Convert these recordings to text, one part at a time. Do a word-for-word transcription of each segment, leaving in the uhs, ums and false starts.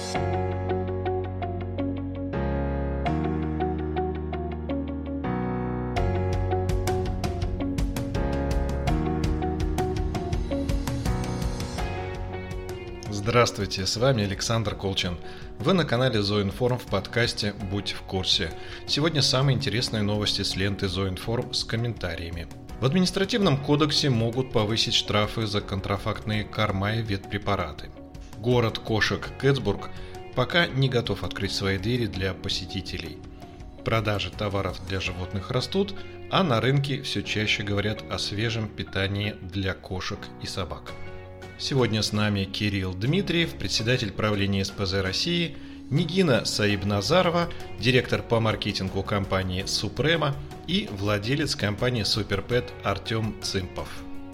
Здравствуйте, с вами Александр Колчин. Вы на канале Зооинформ в подкасте «Будь в курсе». Сегодня самые интересные новости с ленты Зооинформ с комментариями. В административном кодексе могут повысить штрафы за контрафактные корма и ветпрепараты. Город кошек Кэтсбург пока не готов открыть свои двери для посетителей. Продажи товаров для животных растут, а на рынке все чаще говорят о свежем питании для кошек и собак. Сегодня с нами Кирилл Дмитриев, председатель правления эс пэ зэ России, Нигина Саибназарова, директор по маркетингу компании Супрема и владелец компании Суперпэт Артем Цымпов.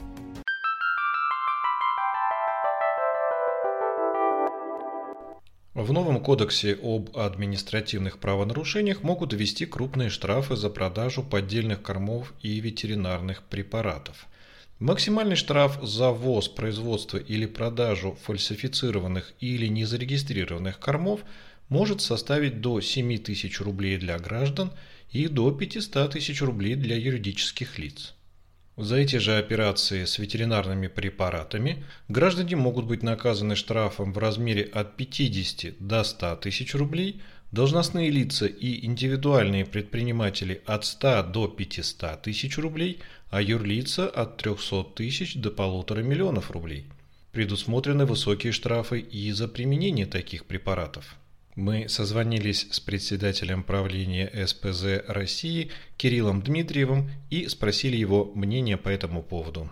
В новом кодексе об административных правонарушениях могут ввести крупные штрафы за продажу поддельных кормов и ветеринарных препаратов. Максимальный штраф за ввоз, производство или продажу фальсифицированных или незарегистрированных кормов может составить до семь тысяч рублей для граждан и до пятьсот тысяч рублей для юридических лиц. За эти же операции с ветеринарными препаратами граждане могут быть наказаны штрафом в размере от пятидесяти до ста тысяч рублей, должностные лица и индивидуальные предприниматели от ста до пятисот тысяч рублей, а юрлица от трехсот тысяч до полутора миллионов рублей. Предусмотрены высокие штрафы и за применение таких препаратов. Мы созвонились с председателем правления эс пэ зэ России Кириллом Дмитриевым и спросили его мнение по этому поводу.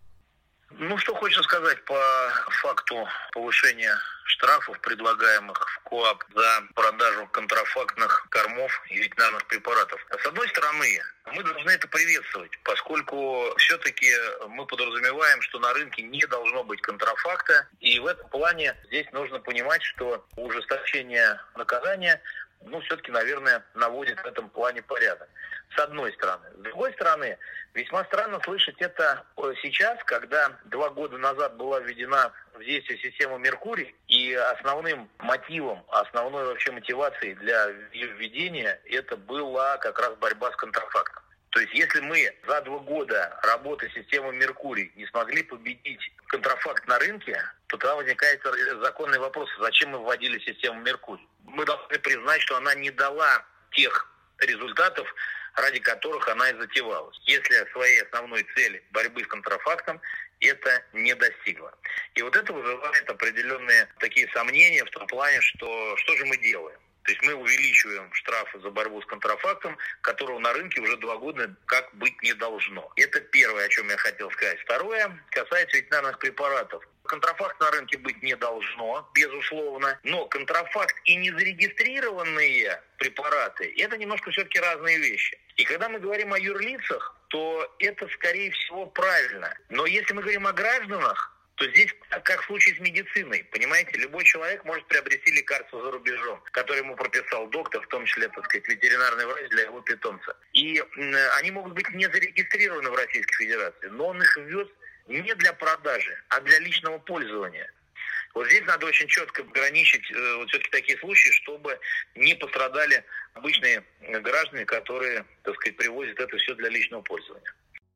Ну, что хочется сказать по факту повышения штрафов, предлагаемых в КоАП за продажу контрафактных кормов и ветеринарных препаратов. С одной стороны, мы должны это приветствовать, поскольку все-таки мы подразумеваем, что на рынке не должно быть контрафакта, и в этом плане здесь нужно понимать, что ужесточение наказания, ну, все-таки, наверное, наводит в этом плане порядок. С одной стороны. С другой стороны, весьма странно слышать это сейчас, когда два года назад была введена в действие система Меркурий, и основным мотивом, основной вообще мотивацией для ее введения это была как раз борьба с контрафактом. То есть, если мы за два года работы системы Меркурий не смогли победить контрафакт на рынке, то тогда возникает законный вопрос, зачем мы вводили систему Меркурий. Мы должны признать, что она не дала тех результатов, ради которых она и затевалась. Если своей основной цели борьбы с контрафактом это не достигло. И вот это вызывает определенные такие сомнения в том плане, что что же мы делаем. То есть мы увеличиваем штрафы за борьбу с контрафактом, которого на рынке уже два года как быть не должно. Это первое, о чем я хотел сказать. Второе касается ветеринарных препаратов. Контрафакт на рынке быть не должно, безусловно, но контрафакт и незарегистрированные препараты – это немножко все-таки разные вещи. И когда мы говорим о юрлицах, то это, скорее всего, правильно. Но если мы говорим о гражданах, то здесь, как в случае с медициной, понимаете, любой человек может приобрести лекарство за рубежом, которое ему прописал доктор, в том числе, так сказать, ветеринарный врач для его питомца. И они могут быть не зарегистрированы в Российской Федерации, но он их ввез не для продажи, а для личного пользования. Вот здесь надо очень четко ограничить э, вот все-таки такие случаи, чтобы не пострадали обычные граждане, которые, так сказать, привозят это все для личного пользования.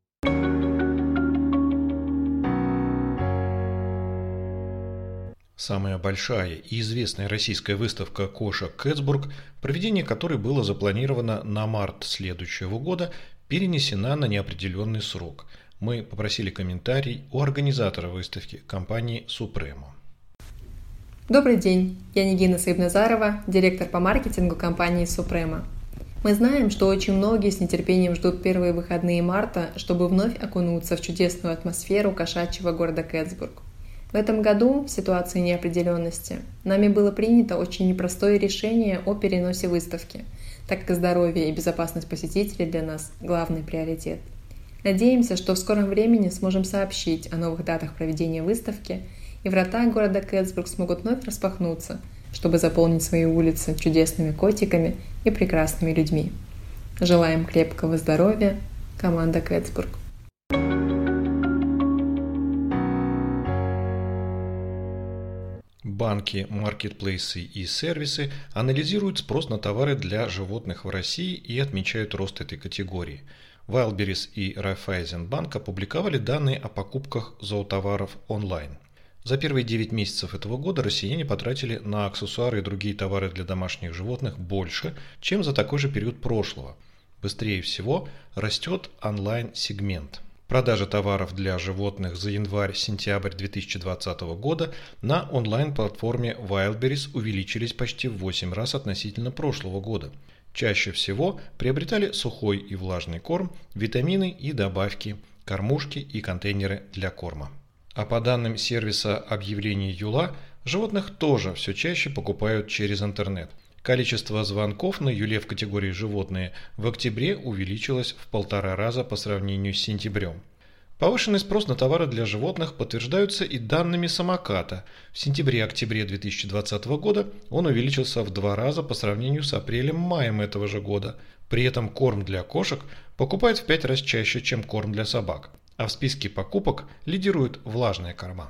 Самая большая и известная российская выставка кошек Кэтсбург, проведение которой было запланировано на март следующего года, перенесена на неопределенный срок. Мы попросили комментарий у организатора выставки, компании Супрема. Добрый день, я Нигина Саибназарова, директор по маркетингу компании Супрема. Мы знаем, что очень многие с нетерпением ждут первые выходные марта, чтобы вновь окунуться в чудесную атмосферу кошачьего города Кэтсбург. В этом году, в ситуации неопределенности, нами было принято очень непростое решение о переносе выставки, так как здоровье и безопасность посетителей для нас – главный приоритет. Надеемся, что в скором времени сможем сообщить о новых датах проведения выставки, и врата города Кэтсбург смогут вновь распахнуться, чтобы заполнить свои улицы чудесными котиками и прекрасными людьми. Желаем крепкого здоровья, команда Кэтсбург. банки, маркетплейсы и сервисы анализируют спрос на товары для животных в России и отмечают рост этой категории. Wildberries и Raiffeisenbank опубликовали данные о покупках зоотоваров онлайн. За первые девять месяцев этого года россияне потратили на аксессуары и другие товары для домашних животных больше, чем за такой же период прошлого. Быстрее всего растет онлайн-сегмент. Продажи товаров для животных за январь-сентябрь две тысячи двадцатого года на онлайн-платформе Wildberries увеличились почти в восемь раз относительно прошлого года. Чаще всего приобретали сухой и влажный корм, витамины и добавки, кормушки и контейнеры для корма. А по данным сервиса объявлений Юла, животных тоже все чаще покупают через интернет. Количество звонков на Юле в категории «Животные» в октябре увеличилось в полтора раза по сравнению с сентябрем. Повышенный спрос на товары для животных подтверждаются и данными самоката. В сентябре-октябре две тысячи двадцатого года он увеличился в два раза по сравнению с апрелем-маем этого же года. При этом корм для кошек покупают в пять раз чаще, чем корм для собак. А в списке покупок лидируют влажные корма.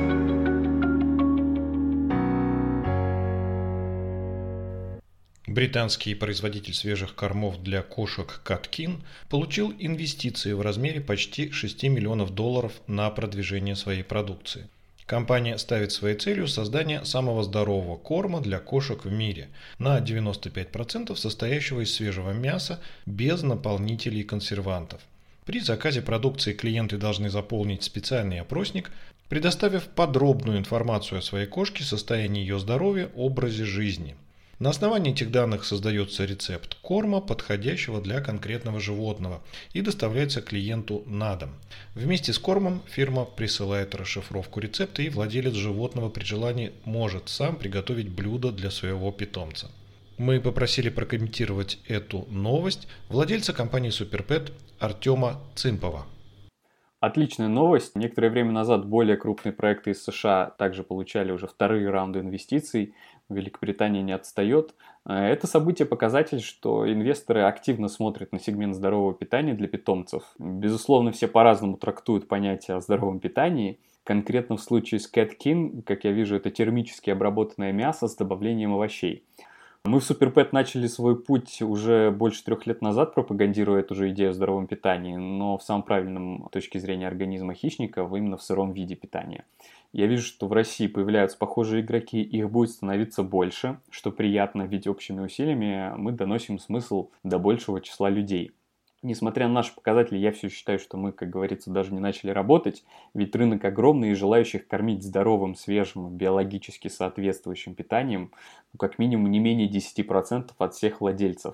Британский производитель свежих кормов для кошек Catkin получил инвестиции в размере почти шесть миллионов долларов на продвижение своей продукции. Компания ставит своей целью создание самого здорового корма для кошек в мире, на девяносто пять процентов состоящего из свежего мяса, без наполнителей и консервантов. При заказе продукции клиенты должны заполнить специальный опросник, предоставив подробную информацию о своей кошке, состоянии ее здоровья, образе жизни. На основании этих данных создается рецепт корма, подходящего для конкретного животного, и доставляется клиенту на дом. Вместе с кормом фирма присылает расшифровку рецепта, и владелец животного при желании может сам приготовить блюдо для своего питомца. Мы попросили прокомментировать эту новость владельца компании Суперпэт Артема Цымпова. Отличная новость. Некоторое время назад более крупные проекты из США также получали уже вторые раунды инвестиций. Великобритания не отстает. Это событие показатель, что инвесторы активно смотрят на сегмент здорового питания для питомцев. Безусловно, все по-разному трактуют понятие о здоровом питании. Конкретно в случае с Catkin, как я вижу, это термически обработанное мясо с добавлением овощей. Мы в Суперпэт начали свой путь уже больше трех лет назад, пропагандируя эту же идею о здоровом питании, но в самом правильном с точки зрения организма хищника, именно в сыром виде питания. Я вижу, что в России появляются похожие игроки, их будет становиться больше, что приятно, ведь общими усилиями мы доносим смысл до большего числа людей. Несмотря на наши показатели, я все считаю, что мы, как говорится, даже не начали работать, ведь рынок огромный, и желающих кормить здоровым, свежим, биологически соответствующим питанием, ну, как минимум не менее десять процентов от всех владельцев.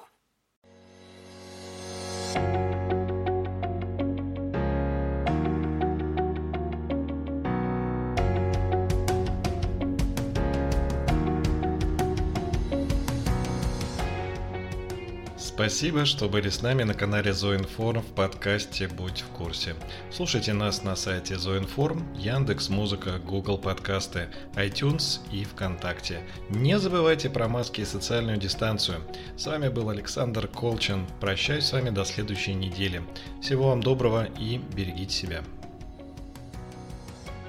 Спасибо, что были с нами на канале Зооинформ в подкасте «Будь в курсе». Слушайте нас на сайте Зооинформ, Яндекс.Музыка, Google Подкасты, iTunes и ВКонтакте. Не забывайте про маски и социальную дистанцию. С вами был Александр Колчин. Прощаюсь с вами до следующей недели. Всего вам доброго и берегите себя.